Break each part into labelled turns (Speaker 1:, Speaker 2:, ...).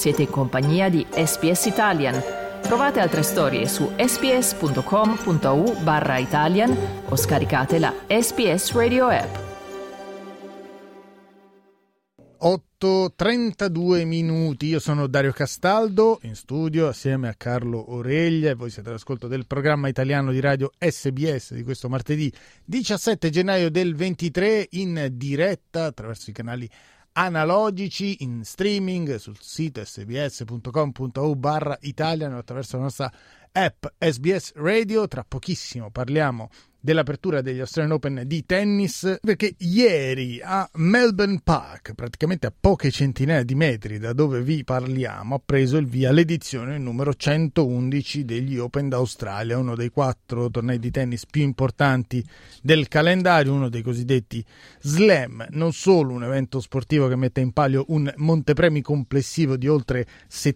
Speaker 1: Siete in compagnia di SBS Italian. Trovate altre storie su sbs.com.au/Italian o scaricate la SBS Radio app.
Speaker 2: 8:32 minuti. Io sono Dario Castaldo in studio assieme a Carlo Oreglia e voi siete all'ascolto del programma italiano di radio SBS di questo martedì 17 gennaio del 23, in diretta attraverso i canali analogici, in streaming sul sito sbs.com.au/Italian o attraverso la nostra app SBS Radio. Tra pochissimo parliamo dell'apertura degli Australian Open di tennis, perché ieri a Melbourne Park, praticamente a poche centinaia di metri da dove vi parliamo, ha preso il via l'edizione numero 111 degli Open d'Australia, uno dei 4 tornei di tennis più importanti del calendario, uno dei cosiddetti Slam, non solo un evento sportivo che mette in palio un montepremi complessivo di oltre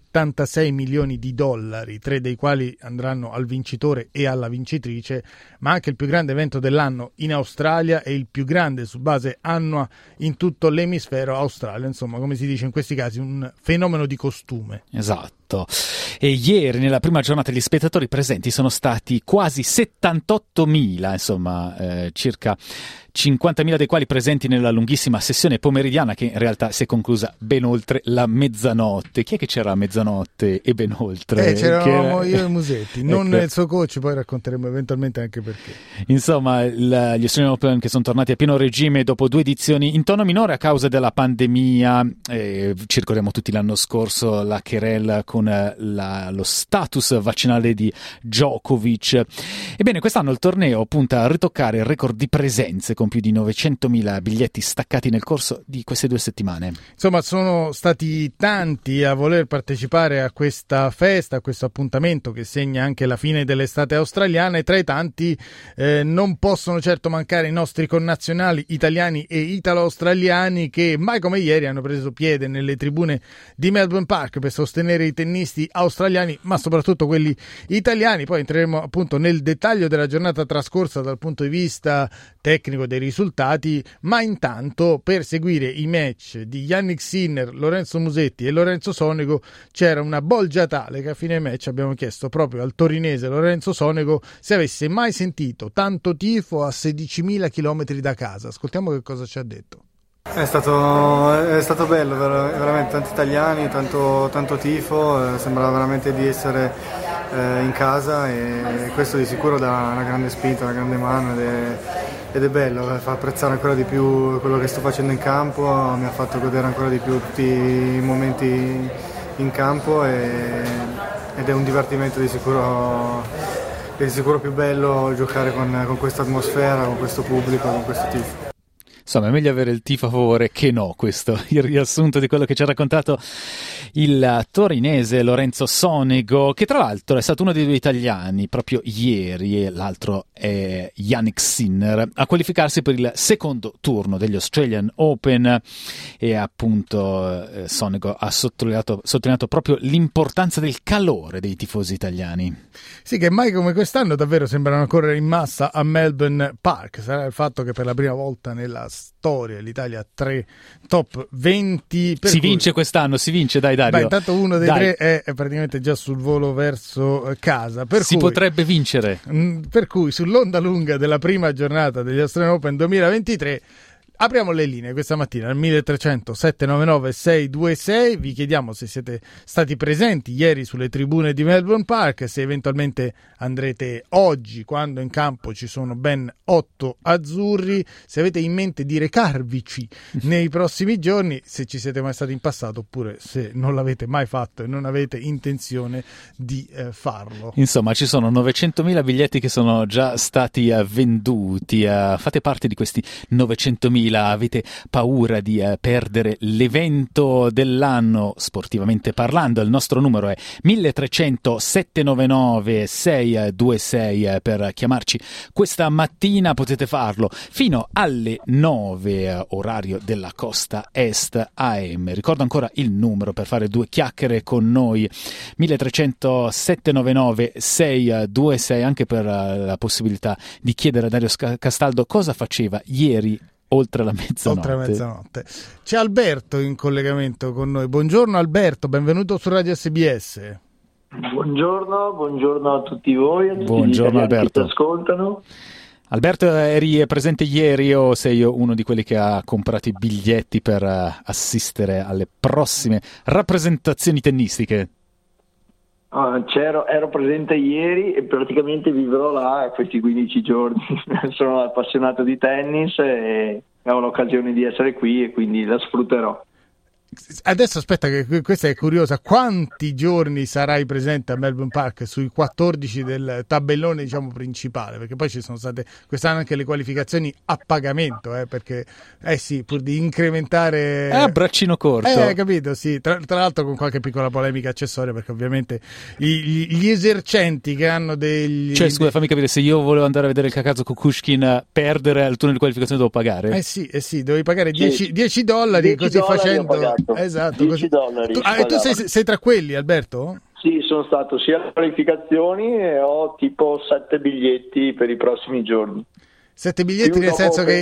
Speaker 2: 76 milioni di dollari, 3 dei quali andranno al vincitore e alla vincitrice, ma anche il più grande evento dell'anno in Australia e il più grande su base annua in tutto l'emisfero australe, insomma, come si dice in questi casi, un fenomeno di costume.
Speaker 3: Esatto. E ieri nella prima giornata gli spettatori presenti sono stati quasi 78.000, insomma, circa 50.000 dei quali presenti nella lunghissima sessione pomeridiana che in realtà si è conclusa ben oltre la mezzanotte. Chi è che c'era a mezzanotte e ben oltre?
Speaker 2: C'eravamo io e Musetti, non il suo coach, poi racconteremo eventualmente anche perché.
Speaker 3: Insomma, gli Australian Open che sono tornati a pieno regime dopo 2 edizioni in tono minore a causa della pandemia. Ci ricordiamo tutti l'anno scorso la querela con lo status vaccinale di Djokovic. Ebbene, quest'anno il torneo punta a ritoccare il record di presenze con più di 900.000 biglietti staccati nel corso di queste 2 settimane.
Speaker 2: Insomma, sono stati tanti a voler partecipare a questa festa, a questo appuntamento che segna anche la fine dell'estate australiana, e tra i tanti non possono certo mancare i nostri connazionali italiani e italo-australiani che mai come ieri hanno preso piede nelle tribune di Melbourne Park per sostenere i tennisti australiani, ma soprattutto quelli italiani. Poi entreremo appunto nel dettaglio della giornata trascorsa dal punto di vista tecnico dei risultati, ma intanto per seguire i match di Jannik Sinner, Lorenzo Musetti e Lorenzo Sonego c'era una bolgia tale che a fine match abbiamo chiesto proprio al torinese Lorenzo Sonego se avesse mai sentito tanto tifo a 16.000 chilometri da casa. Ascoltiamo che cosa ci ha detto.
Speaker 4: È stato bello, veramente tanti italiani, tanto tifo, sembrava veramente di essere in casa, e questo di sicuro dà una grande spinta, una grande mano ed è bello, fa apprezzare ancora di più quello che sto facendo in campo, mi ha fatto godere ancora di più tutti i momenti in campo ed è un divertimento di sicuro più bello giocare con questa atmosfera, con questo pubblico, con questo tifo.
Speaker 3: Insomma, è meglio avere il tifo a favore che no, questo il riassunto di quello che ci ha raccontato il torinese Lorenzo Sonego, che tra l'altro è stato uno dei 2 italiani proprio ieri, e l'altro è Jannik Sinner, a qualificarsi per il secondo turno degli Australian Open, e appunto Sonego ha sottolineato proprio l'importanza del calore dei tifosi italiani.
Speaker 2: Sì, che mai come quest'anno davvero sembrano correre in massa a Melbourne Park. Sarà il fatto che per la prima volta nella storia l'Italia ha 3 top 20.
Speaker 3: Vince quest'anno, si vince, dai Dario.
Speaker 2: Beh, intanto uno dei 3 è praticamente già sul volo verso casa.
Speaker 3: Potrebbe vincere.
Speaker 2: Per cui sull'onda lunga della prima giornata degli Australian Open 2023 apriamo le linee questa mattina al 1300 799 626. Vi chiediamo se siete stati presenti ieri sulle tribune di Melbourne Park, se eventualmente andrete oggi quando in campo ci sono ben 8 azzurri, se avete in mente di recarvici nei prossimi giorni, se ci siete mai stati in passato, oppure se non l'avete mai fatto e non avete intenzione di farlo.
Speaker 3: Insomma, ci sono 900.000 biglietti che sono già stati venduti. Fate parte di questi 900.000. Avete paura di perdere l'evento dell'anno sportivamente parlando? Il nostro numero è 1300 799 626 per chiamarci questa mattina. Potete farlo fino alle 9 orario della costa est AM. Ricordo ancora il numero per fare 2 chiacchiere con noi: 1300 799 626, anche per la possibilità di chiedere a Dario Castaldo cosa faceva ieri oltre la mezzanotte.
Speaker 2: C'è Alberto in collegamento con noi. Buongiorno Alberto, benvenuto su Radio SBS.
Speaker 5: Buongiorno a tutti voi, a tutti
Speaker 3: buongiorno,
Speaker 5: gli
Speaker 3: Alberto.
Speaker 5: Che ti ascoltano.
Speaker 3: Alberto, eri presente ieri o sei uno di quelli che ha comprato i biglietti per assistere alle prossime rappresentazioni tennistiche?
Speaker 5: Ero presente ieri e praticamente vivrò là questi 15 giorni. Sono appassionato di tennis e ho l'occasione di essere qui e quindi la sfrutterò.
Speaker 2: Adesso aspetta, che questa è curiosa. Quanti giorni sarai presente a Melbourne Park sui 14 del tabellone, diciamo, principale? Perché poi ci sono state quest'anno anche le qualificazioni a pagamento, perché sì, pur di incrementare
Speaker 3: a braccino corto.
Speaker 2: Capito, sì. Tra l'altro con qualche piccola polemica accessoria, perché ovviamente gli esercenti che hanno degli...
Speaker 3: Cioè, scusa, fammi capire, se io volevo andare a vedere il Kakazo Kukushkin perdere al turno di qualificazione devo pagare?
Speaker 2: Sì, dovevi pagare $10, così
Speaker 5: $10
Speaker 2: facendo... Esatto,
Speaker 5: $10.
Speaker 2: Tu sei tra quelli, Alberto?
Speaker 5: Sì, sono stato sia alle qualificazioni e ho tipo 7 biglietti per i prossimi giorni.
Speaker 2: 7 biglietti nel senso che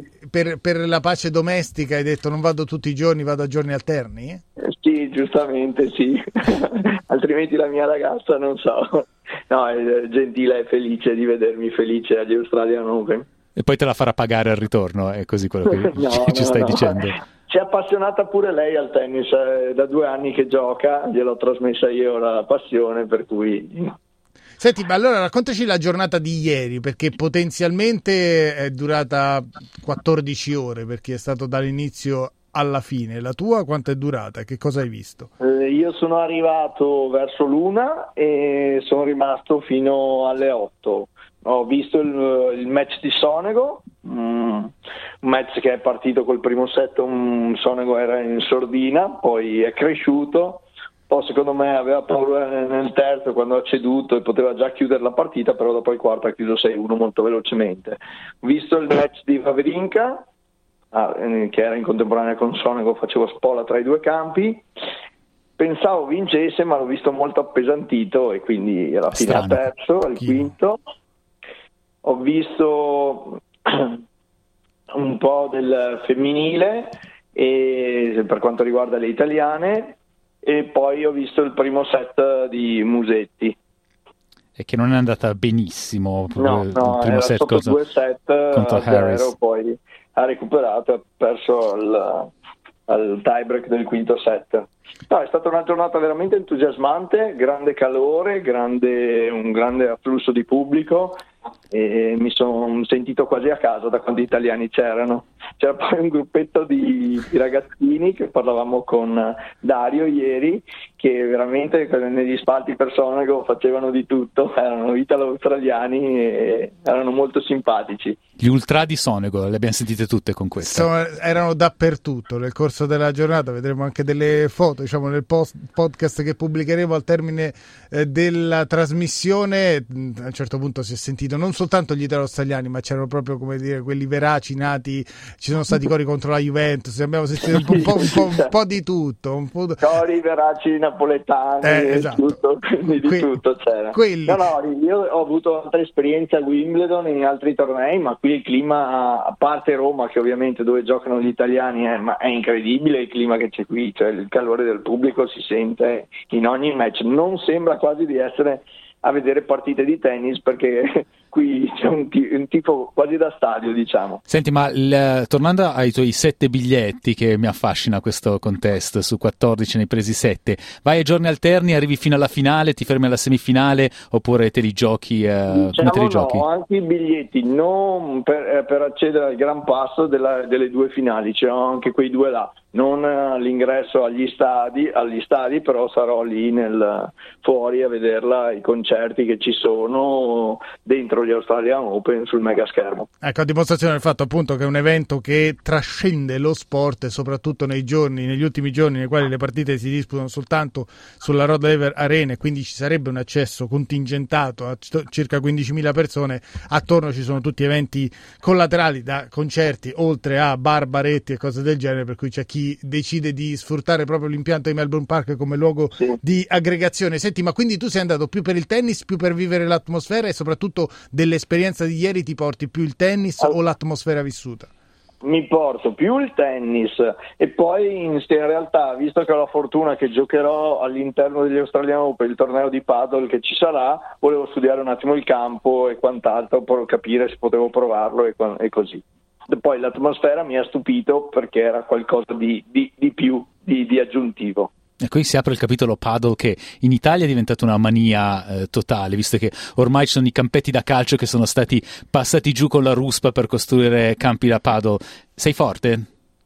Speaker 2: per la pace domestica hai detto non vado tutti i giorni, vado a giorni alterni?
Speaker 5: Sì, giustamente sì, altrimenti la mia ragazza non so. No, è gentile e felice di vedermi felice agli Australian Open.
Speaker 3: E poi te la farà pagare al ritorno, è così quello che ci stai dicendo.
Speaker 5: Si è appassionata pure lei al tennis, da 2 anni che gioca, gliel'ho trasmessa io la passione, per cui...
Speaker 2: Senti, ma allora raccontaci la giornata di ieri, perché potenzialmente è durata 14 ore, perché è stato dall'inizio alla fine. La tua quanto è durata? Che cosa hai visto?
Speaker 5: Io sono arrivato verso l'1 e sono rimasto fino alle 8. Ho visto il match di Sonego, un match che è partito col primo set, Sonego era in sordina, poi è cresciuto, poi secondo me aveva paura nel terzo quando ha ceduto e poteva già chiudere la partita, però dopo il quarto ha chiuso 6-1 molto velocemente. Ho visto il match di Wawrinka, che era in contemporanea con Sonego, facevo spola tra i due campi. Pensavo vincesse, ma l'ho visto molto appesantito e quindi alla fine ha perso al quinto. Ho visto un po' del femminile e per quanto riguarda le italiane, e poi ho visto il primo set di Musetti.
Speaker 3: E che non è andata benissimo.
Speaker 5: No,
Speaker 3: il primo
Speaker 5: era
Speaker 3: set
Speaker 5: sotto 2 set
Speaker 3: contro Harris.
Speaker 5: Poi ha recuperato, ha perso al tie-break del quinto set. No, è stata una giornata veramente entusiasmante, grande calore, un grande afflusso di pubblico e mi sono sentito quasi a casa da quanti italiani c'erano. C'era poi un gruppetto di ragazzini che parlavamo con Dario ieri, che veramente negli spalti per Sonego facevano di tutto, erano italo-australiani e erano molto simpatici.
Speaker 3: Gli ultra di Sonego, le abbiamo sentite tutte con questo.
Speaker 2: Erano dappertutto nel corso della giornata, vedremo anche delle foto, diciamo, nel podcast che pubblicheremo al termine della trasmissione. A un certo punto si è sentito non soltanto gli italo-australiani, ma c'erano proprio, come dire, quelli veraci nati, ci sono stati cori contro la Juventus, abbiamo sentito un po' di tutto.
Speaker 5: Cori veraci napoletani,
Speaker 2: esatto.
Speaker 5: Tutto, quindi di tutto c'era. No, io ho avuto altre esperienze a Wimbledon e in altri tornei, ma qui il clima, a parte Roma che ovviamente dove giocano gli italiani, ma è incredibile il clima che c'è qui, cioè il calore del pubblico si sente in ogni match, non sembra quasi di essere a vedere partite di tennis perché qui c'è un tifo quasi da stadio, diciamo.
Speaker 3: Senti, ma tornando ai tuoi 7 biglietti, che mi affascina questo contest, su 14 ne hai presi 7, vai ai giorni alterni, arrivi fino alla finale, ti fermi alla semifinale oppure te li giochi? Come te li giochi?
Speaker 5: No, anche i biglietti non per accedere al Gran Pass delle 2 finali, c'erano anche quei 2 là, non l'ingresso agli stadi, però sarò lì fuori a vederla, i concerti che ci sono dentro gli Australian Open sul mega schermo.
Speaker 2: Ecco, a dimostrazione del fatto appunto che è un evento che trascende lo sport, e soprattutto negli ultimi giorni nei quali le partite si disputano soltanto sulla Rod Laver Arena, e quindi ci sarebbe un accesso contingentato a circa 15.000 persone. Attorno ci sono tutti eventi collaterali, da concerti oltre a bar, baretti e cose del genere, per cui c'è chi decide di sfruttare proprio l'impianto di Melbourne Park come luogo di aggregazione. Senti, ma quindi tu sei andato più per il tennis, più per vivere l'atmosfera, e soprattutto dell'esperienza di ieri ti porti più il tennis o l'atmosfera vissuta?
Speaker 5: mi porto più il tennis e poi in realtà, visto che ho la fortuna che giocherò all'interno degli Australian Open il torneo di paddle che ci sarà, volevo studiare un attimo il campo e quant'altro per capire se potevo provarlo e così. Poi l'atmosfera mi ha stupito perché era qualcosa di più, di aggiuntivo.
Speaker 3: E qui si apre il capitolo paddle, che in Italia è diventata una mania totale, visto che ormai ci sono i campetti da calcio che sono stati passati giù con la ruspa per costruire campi da paddle. Sei forte?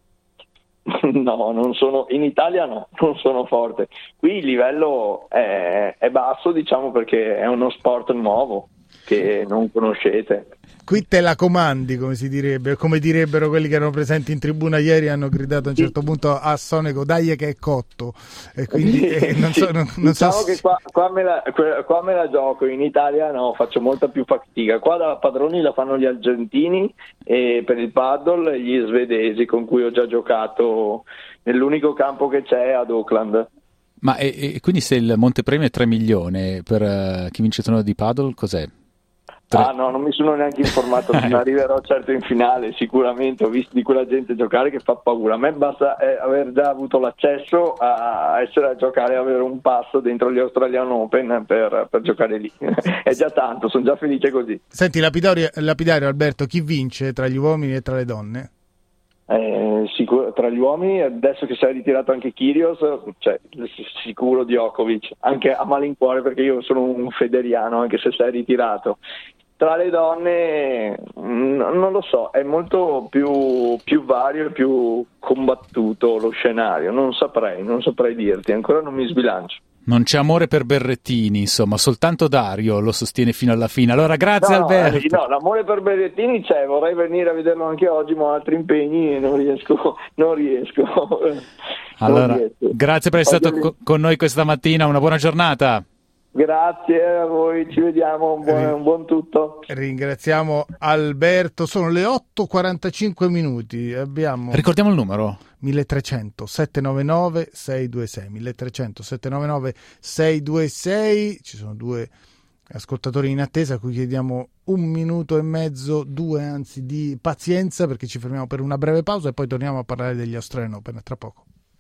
Speaker 5: No, non sono, in Italia no, non sono forte. Qui il livello è basso, diciamo, perché è uno sport nuovo che non conoscete.
Speaker 2: Qui te la comandi, come si direbbe, come direbbero quelli che erano presenti in tribuna ieri, hanno gridato a un certo punto a Sonego, dai che è cotto, e quindi non
Speaker 5: diciamo
Speaker 2: so
Speaker 5: che qua me la gioco, in Italia no, faccio molta più fatica. Qua da padroni la fanno gli argentini e per il paddle gli svedesi con cui ho già giocato nell'unico campo che c'è ad Auckland.
Speaker 3: Ma e quindi se il montepremio è 3 milioni per chi vince il torneo di paddle, cos'è?
Speaker 5: No, non mi sono neanche informato, non arriverò certo in finale, sicuramente ho visto di quella gente giocare che fa paura. A me basta aver già avuto l'accesso a essere a giocare, avere un passo dentro gli Australian Open per giocare lì, è già tanto, sono già felice così.
Speaker 2: Senti, lapidario Alberto, chi vince tra gli uomini e tra le donne?
Speaker 5: Sicuro, tra gli uomini, adesso che si è ritirato anche Kyrgios, cioè, sicuro Djokovic, anche a malincuore perché io sono un federiano anche se si è ritirato. Tra le donne non lo so, è molto più vario e più combattuto lo scenario, non saprei dirti, ancora non mi sbilancio.
Speaker 3: Non c'è amore per Berrettini, insomma, soltanto Dario lo sostiene fino alla fine. Allora, grazie Alberto.
Speaker 5: No, l'amore per Berrettini c'è, vorrei venire a vederlo anche oggi, ma ho altri impegni e non riesco.
Speaker 3: Allora, grazie per essere stato con noi questa mattina, una buona giornata.
Speaker 5: Grazie a voi, ci vediamo, un buon tutto.
Speaker 2: Ringraziamo Alberto, sono le 8:45 minuti,
Speaker 3: Ricordiamo il numero.
Speaker 2: 1300 799 626, 1300 799 626, ci sono 2 ascoltatori in attesa a cui chiediamo 1 minuto e mezzo, 2 anzi, di pazienza perché ci fermiamo per una breve pausa e poi torniamo a parlare degli Australian Open tra poco.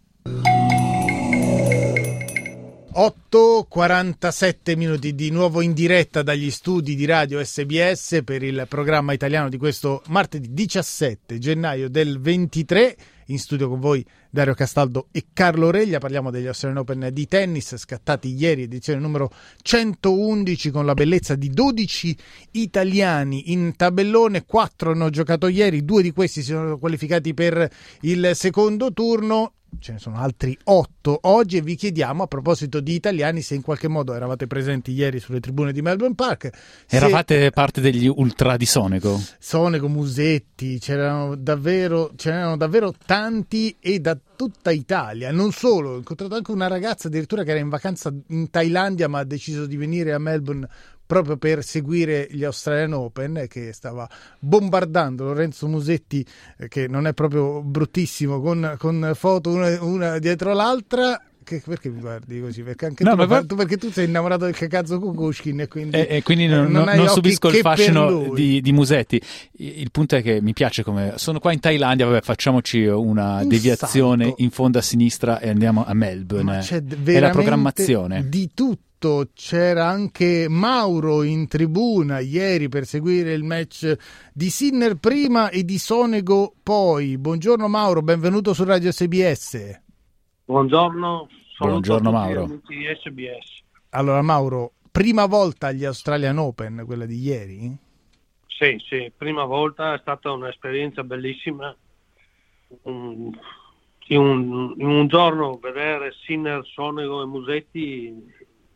Speaker 2: 8:47 minuti di nuovo in diretta dagli studi di Radio SBS per il programma italiano di questo martedì 17 gennaio del 23. In studio con voi Dario Castaldo e Carlo Reglia. Parliamo degli Australian Open di tennis scattati ieri, edizione numero 111, con la bellezza di 12 italiani in tabellone. 4 hanno giocato ieri, 2 di questi si sono qualificati per il secondo turno. Ce ne sono altri 8 oggi e vi chiediamo, a proposito di italiani, se in qualche modo eravate presenti ieri sulle tribune di Melbourne Park.
Speaker 3: Eravate parte degli ultra di Sonego?
Speaker 2: Sonego, Musetti, c'erano davvero tanti e da tutta Italia. Non solo, ho incontrato anche una ragazza addirittura che era in vacanza in Thailandia ma ha deciso di venire a Melbourne proprio per seguire gli Australian Open, che stava bombardando Lorenzo Musetti, che non è proprio bruttissimo, con foto una dietro l'altra. Perché mi guardi così? Perché anche perché tu sei innamorato del Kakazzo Kukushkin e quindi
Speaker 3: non subisco il fascino di Musetti. Il punto è che mi piace come sono qua in Thailandia, facciamoci una deviazione salto in fondo a sinistra e andiamo a Melbourne.
Speaker 2: Ma c'è
Speaker 3: è la programmazione
Speaker 2: di tutto. C'era anche Mauro in tribuna ieri per seguire il match di Sinner prima e di Sonego poi. Buongiorno Mauro, benvenuto su Radio SBS.
Speaker 6: Buongiorno
Speaker 3: Mauro.
Speaker 6: Di SBS.
Speaker 2: Allora Mauro, prima volta agli Australian Open, quella di ieri?
Speaker 6: Sì, prima volta, è stata un'esperienza bellissima. In un giorno vedere Sinner, Sonego e Musetti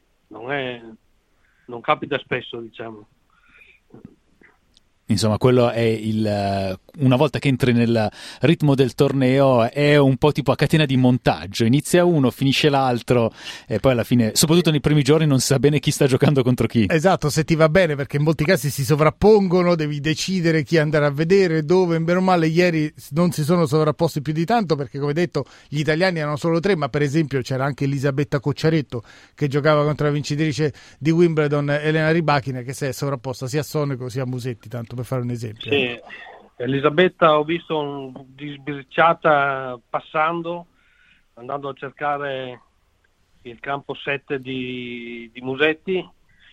Speaker 6: non capita spesso, diciamo.
Speaker 3: Insomma, quello è una volta che entri nel ritmo del torneo è un po' tipo a catena di montaggio, inizia uno, finisce l'altro e poi alla fine, soprattutto nei primi giorni, non si sa bene chi sta giocando contro chi.
Speaker 2: Esatto, se ti va bene, perché in molti casi si sovrappongono, devi decidere chi andare a vedere, dove. Bene o male ieri non si sono sovrapposti più di tanto perché, come detto, gli italiani erano solo 3, ma per esempio c'era anche Elisabetta Cocciaretto che giocava contro la vincitrice di Wimbledon, Elena Rybakina, che si è sovrapposta sia a Sonego sia a Musetti, tanto per fare un esempio.
Speaker 6: Sì, Elisabetta ho visto di sbirciata passando, andando a cercare il campo 7 di Musetti,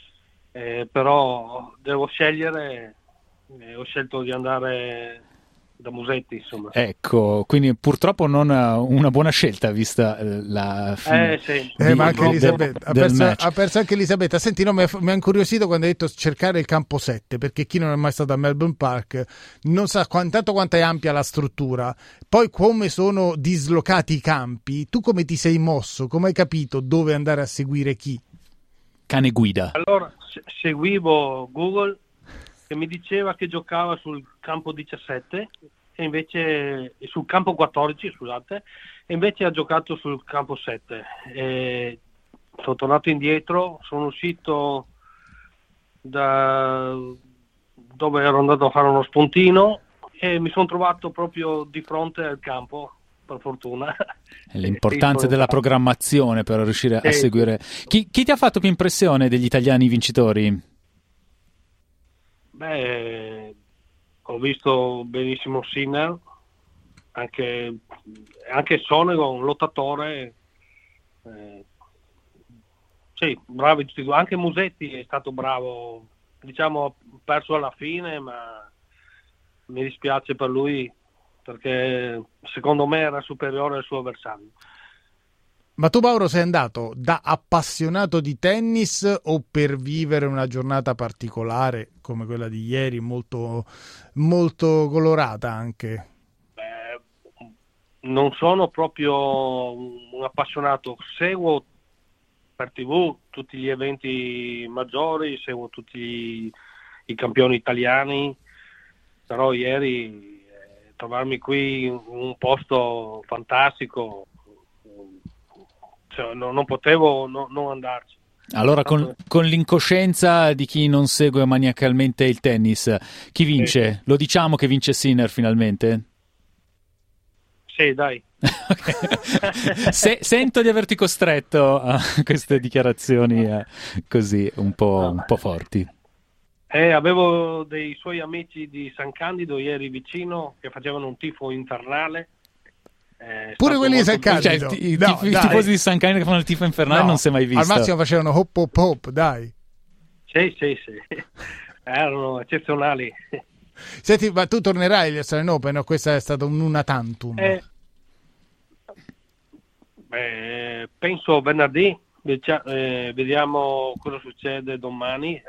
Speaker 6: però devo scegliere, ho scelto di andare da Musetti, insomma.
Speaker 3: Ecco, quindi purtroppo non una buona scelta vista la fine
Speaker 6: Sì.
Speaker 2: Ma anche Elisabetta ha perso anche Elisabetta. Senti, no, mi ha incuriosito quando hai detto cercare il campo 7, perché chi non è mai stato a Melbourne Park non sa intanto quanto è ampia la struttura, poi come sono dislocati i campi. Tu come ti sei mosso? Come hai capito dove andare a seguire chi?
Speaker 3: Cane guida.
Speaker 6: Allora seguivo Google che mi diceva che giocava sul campo 17 e invece sul campo 14, scusate, e invece ha giocato sul campo 7. Sono tornato indietro, sono uscito da dove ero andato a fare uno spuntino e mi sono trovato proprio di fronte al campo, per fortuna.
Speaker 3: È l'importanza della programmazione per riuscire a seguire. Chi ti ha fatto più impressione degli italiani vincitori?
Speaker 6: Beh, ho visto benissimo Sinner, anche Sonego, un lottatore, sì, bravi tutti due. Anche Musetti è stato bravo, diciamo ha perso alla fine, ma mi dispiace per lui perché secondo me era superiore al suo avversario.
Speaker 2: Ma tu, Mauro, sei andato da appassionato di tennis o per vivere una giornata particolare come quella di ieri, molto, molto colorata anche?
Speaker 6: Non sono proprio un appassionato, seguo per TV tutti gli eventi maggiori, seguo tutti i campioni italiani, però ieri trovarmi qui in un posto fantastico, non potevo non andarci.
Speaker 3: Allora con l'incoscienza di chi non segue maniacalmente il tennis, chi vince? Lo diciamo che vince Sinner finalmente?
Speaker 6: Sì, dai.
Speaker 3: Sento di averti costretto a queste dichiarazioni così un po' forti.
Speaker 6: Avevo dei suoi amici di San Candido ieri vicino che facevano un tifo infernale.
Speaker 2: Pure quelli di San Candido,
Speaker 3: i tifosi di San Candido che fanno il tifo infernale, non si è mai visto.
Speaker 2: Al massimo facevano hop hop hop, dai.
Speaker 6: Sì, erano eccezionali.
Speaker 2: Senti, ma tu tornerai agli Australian Open o questa è stata un una tantum?
Speaker 6: Penso venerdì, vediamo cosa succede domani.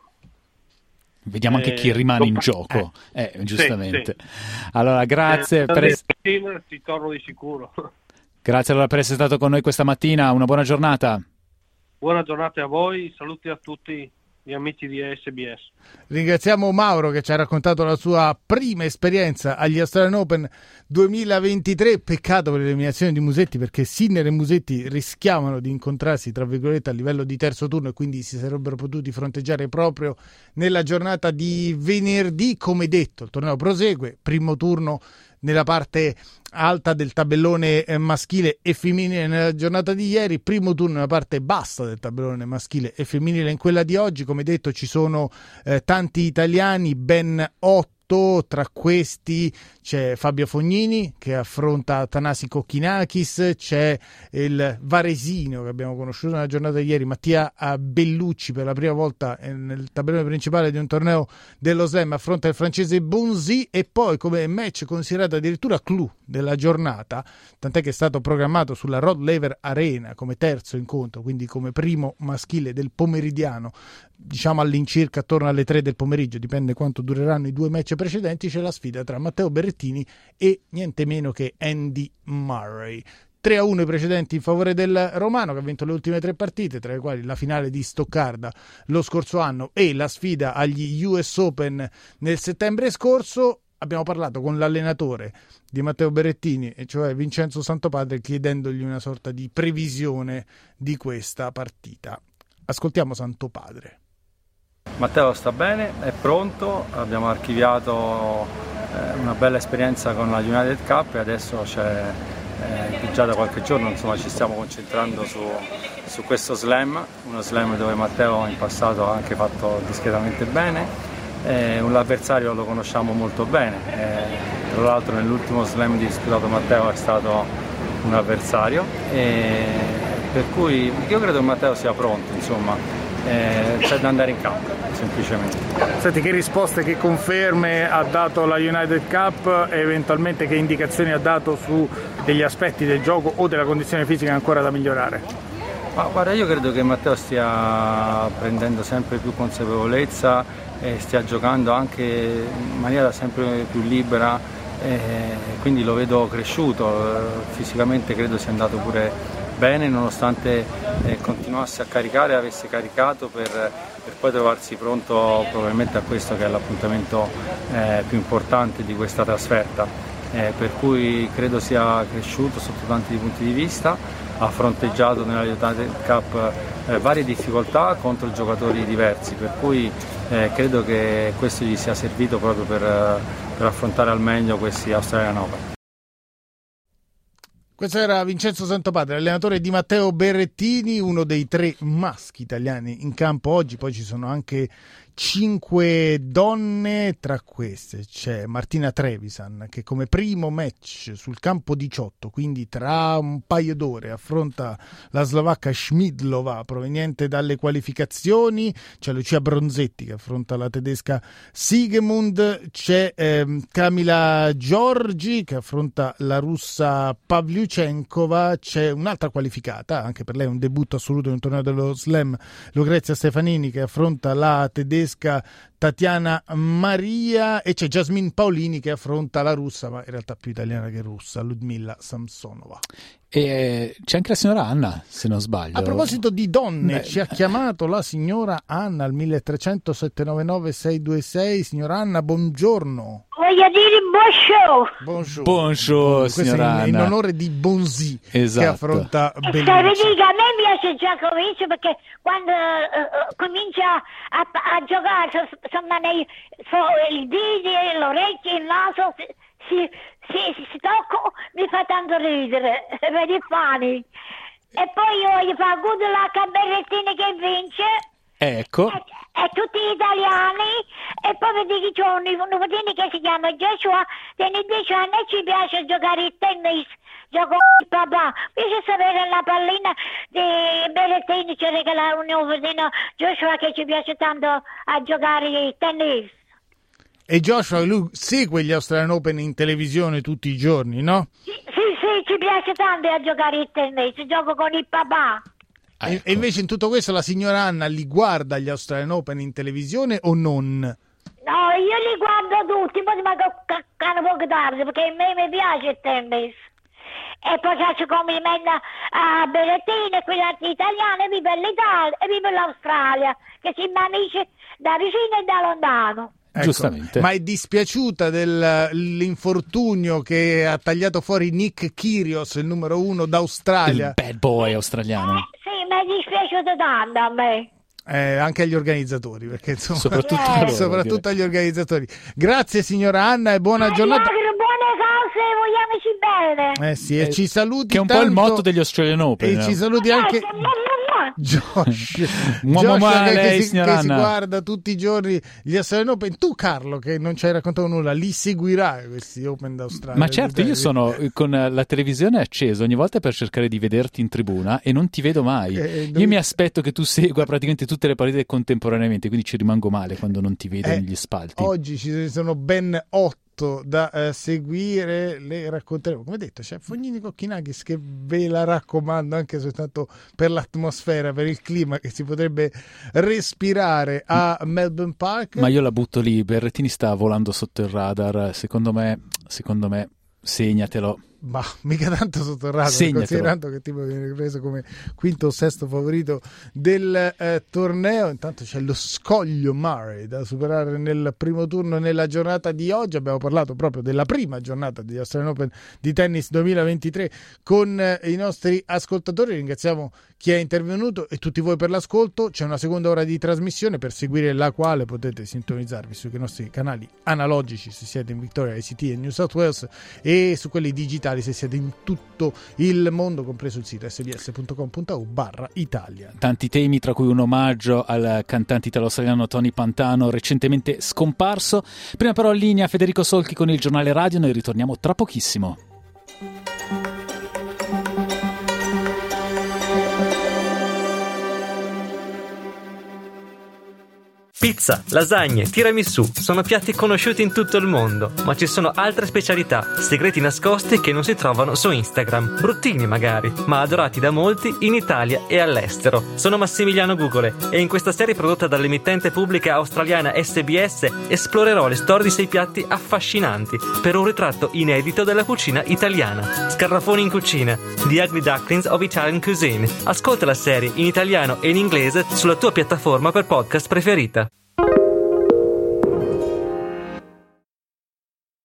Speaker 3: Vediamo anche chi rimane in gioco, giustamente. Sì. Allora, grazie
Speaker 6: ti torno di sicuro.
Speaker 3: Grazie allora per essere stato con noi questa mattina, una buona giornata.
Speaker 6: Buona giornata a voi, saluti a tutti gli amici di SBS.
Speaker 2: Ringraziamo Mauro che ci ha raccontato la sua prima esperienza agli Australian Open 2023. Peccato per l'eliminazione di Musetti, perché Sinner e Musetti rischiavano di incontrarsi tra virgolette a livello di terzo turno e quindi si sarebbero potuti fronteggiare proprio nella giornata di venerdì. Come detto, il torneo prosegue, primo turno nella parte alta del tabellone maschile e femminile nella giornata di ieri, primo turno nella parte bassa del tabellone maschile e femminile in quella di oggi. Come detto, ci sono tanti italiani, ben 8. Tra questi c'è Fabio Fognini che affronta Thanasi Kokkinakis, c'è il varesino che abbiamo conosciuto nella giornata di ieri, Mattia Bellucci, per la prima volta nel tabellone principale di un torneo dello Slam affronta il francese Bonzi, e poi come match considerato addirittura clou della giornata, tant'è che è stato programmato sulla Rod Laver Arena come terzo incontro, quindi come primo maschile del pomeridiano, diciamo all'incirca attorno alle 3 del pomeriggio, dipende quanto dureranno i due match precedenti. C'è la sfida tra Matteo Berrettini e niente meno che Andy Murray. 3-1 i precedenti in favore del romano, che ha vinto le ultime 3 partite, tra le quali la finale di Stoccarda lo scorso anno e la sfida agli US Open nel settembre scorso. Abbiamo parlato con l'allenatore di Matteo Berrettini, e cioè Vincenzo Santopadre, chiedendogli una sorta di previsione di questa partita. Ascoltiamo Santopadre.
Speaker 7: Matteo sta bene, è pronto, abbiamo archiviato una bella esperienza con la United Cup e adesso già da qualche giorno insomma, ci stiamo concentrando su questo slam, uno slam dove Matteo in passato ha anche fatto discretamente bene, l'avversario lo conosciamo molto bene, tra l'altro nell'ultimo slam disputato Matteo è stato un avversario, per cui io credo che Matteo sia pronto, insomma, c'è da andare in campo semplicemente.
Speaker 2: Senti, che risposte, che conferme ha dato la United Cup e eventualmente che indicazioni ha dato su degli aspetti del gioco o della condizione fisica ancora da migliorare?
Speaker 7: Ma guarda, io credo che Matteo stia prendendo sempre più consapevolezza e stia giocando anche in maniera sempre più libera, quindi lo vedo cresciuto, fisicamente credo sia andato pure bene, nonostante continuasse a caricare, avesse caricato per poi trovarsi pronto probabilmente a questo che è l'appuntamento più importante di questa trasferta, per cui credo sia cresciuto sotto tanti punti di vista, ha fronteggiato nella United Cup varie difficoltà contro giocatori diversi, per cui credo che questo gli sia servito proprio per affrontare al meglio questi Australian Open.
Speaker 2: Questo era Vincenzo Santopadre, allenatore di Matteo Berrettini, uno dei 3 maschi italiani in campo oggi. Poi ci sono anche 5 donne, tra queste c'è Martina Trevisan che come primo match sul campo 18, quindi tra un paio d'ore, affronta la slovacca Schmidlova proveniente dalle qualificazioni. C'è Lucia Bronzetti che affronta la tedesca Sigemund, c'è Kamila Giorgi che affronta la russa Pavlyuchenkova, c'è un'altra qualificata, anche per lei un debutto assoluto in un torneo dello Slam, Lucrezia Stefanini che affronta la tedesca Tatiana Maria, e c'è Jasmine Paolini che affronta la russa, ma in realtà più italiana che russa, Ludmila Samsonova.
Speaker 3: E c'è anche la signora Anna, se non sbaglio.
Speaker 2: A proposito di donne, ci ha chiamato la signora Anna al 1300 799 626. Signora Anna, buongiorno.
Speaker 8: Voglio dire bonjour.
Speaker 2: Bonjour.
Speaker 3: Bonjour, signora Anna.
Speaker 2: In onore di Bonzi,
Speaker 3: esatto,
Speaker 2: che affronta Bellucci.
Speaker 8: A me piace già comincio perché quando comincia a giocare, insomma, il dito, le orecchie, il naso, si tocca, mi fa tanto ridere, per i fani. E poi io voglio fare acuto la Berrettini che vince.
Speaker 3: Ecco.
Speaker 8: E tutti gli italiani, e poi vedi che c'è un nipotino che si chiama Joshua, tiene 10 anni e ci piace giocare il tennis, gioco con il papà. Piace sapere la pallina di Berrettini, ci regala un nipotino Joshua che ci piace tanto a giocare il tennis.
Speaker 2: E Joshua, lui segue gli Australian Open in televisione tutti i giorni, no?
Speaker 8: Sì, ci piace tanto a giocare il tennis, gioco con il papà.
Speaker 3: Ecco.
Speaker 2: E invece in tutto questo la signora Anna li guarda gli Australian Open in televisione o non?
Speaker 8: No, io li guardo tutti, poi mi toccano poco tardi perché a me mi piace il tennis. E poi faccio complimenti a Berrettini e quegli altri italiani, vive l'Italia e vive l'Australia, che siamo amici da vicino e da lontano.
Speaker 2: Ecco,
Speaker 3: giustamente.
Speaker 2: Ma è dispiaciuta dell'infortunio che ha tagliato fuori Nick Kyrgios, il numero 1 d'Australia?
Speaker 3: Il bad boy australiano.
Speaker 8: Sì, mi è dispiaciuto tanto a me.
Speaker 2: Anche agli organizzatori, perché insomma,
Speaker 3: soprattutto
Speaker 2: agli organizzatori. Grazie signora Anna e buona giornata.
Speaker 8: Buone cose, vogliamoci bene.
Speaker 2: Sì, e ci saluti
Speaker 3: che è un
Speaker 2: tanto,
Speaker 3: po' il motto degli Australian Open.
Speaker 2: E ci saluti anche Josh, che si guarda tutti i giorni gli Australian Open. Tu Carlo, che non ci hai raccontato nulla, li seguirai questi Open d'Australia?
Speaker 3: Ma certo, io sono con la televisione accesa ogni volta per cercare di vederti in tribuna e non ti vedo mai. Io mi aspetto che tu segua praticamente tutte le partite contemporaneamente, quindi ci rimango male quando non ti vedo negli spalti.
Speaker 2: Oggi ci sono ben 8 da seguire, le racconteremo. Come detto, c'è Fognini Cochinakis che ve la raccomando anche soltanto per l'atmosfera, per il clima che si potrebbe respirare a Melbourne Park.
Speaker 3: Ma io la butto lì, Berrettini sta volando sotto il radar, secondo me segnatelo.
Speaker 2: Ma mica tanto sotto il radar, considerando che tipo viene preso come quinto o sesto favorito del torneo. Intanto c'è lo scoglio Murray da superare nel primo turno nella giornata di oggi. Abbiamo parlato proprio della prima giornata degli Australian Open di tennis 2023 con i nostri ascoltatori. Ringraziamo chi è intervenuto e tutti voi per l'ascolto. C'è una seconda ora di trasmissione per seguire la quale potete sintonizzarvi sui nostri canali analogici se siete in Victoria, ICT e New South Wales, e su quelli digitali digitali se siete in tutto il mondo, compreso il sito sbs.com.au/Italia.
Speaker 3: Tanti temi, tra cui un omaggio al cantante italo-australiano Tony Pantano, recentemente scomparso. Prima però in linea Federico Solchi con il giornale radio, noi ritorniamo tra pochissimo.
Speaker 9: Pizza, lasagne, tiramisù sono piatti conosciuti in tutto il mondo, ma ci sono altre specialità, segreti nascosti che non si trovano su Instagram, bruttini magari, ma adorati da molti in Italia e all'estero. Sono Massimiliano Gugole e in questa serie prodotta dall'emittente pubblica australiana SBS esplorerò le storie di 6 piatti affascinanti per un ritratto inedito della cucina italiana. Scarafoni in cucina, The Ugly Ducklings of Italian Cuisine. Ascolta la serie in italiano e in inglese sulla tua piattaforma per podcast preferita.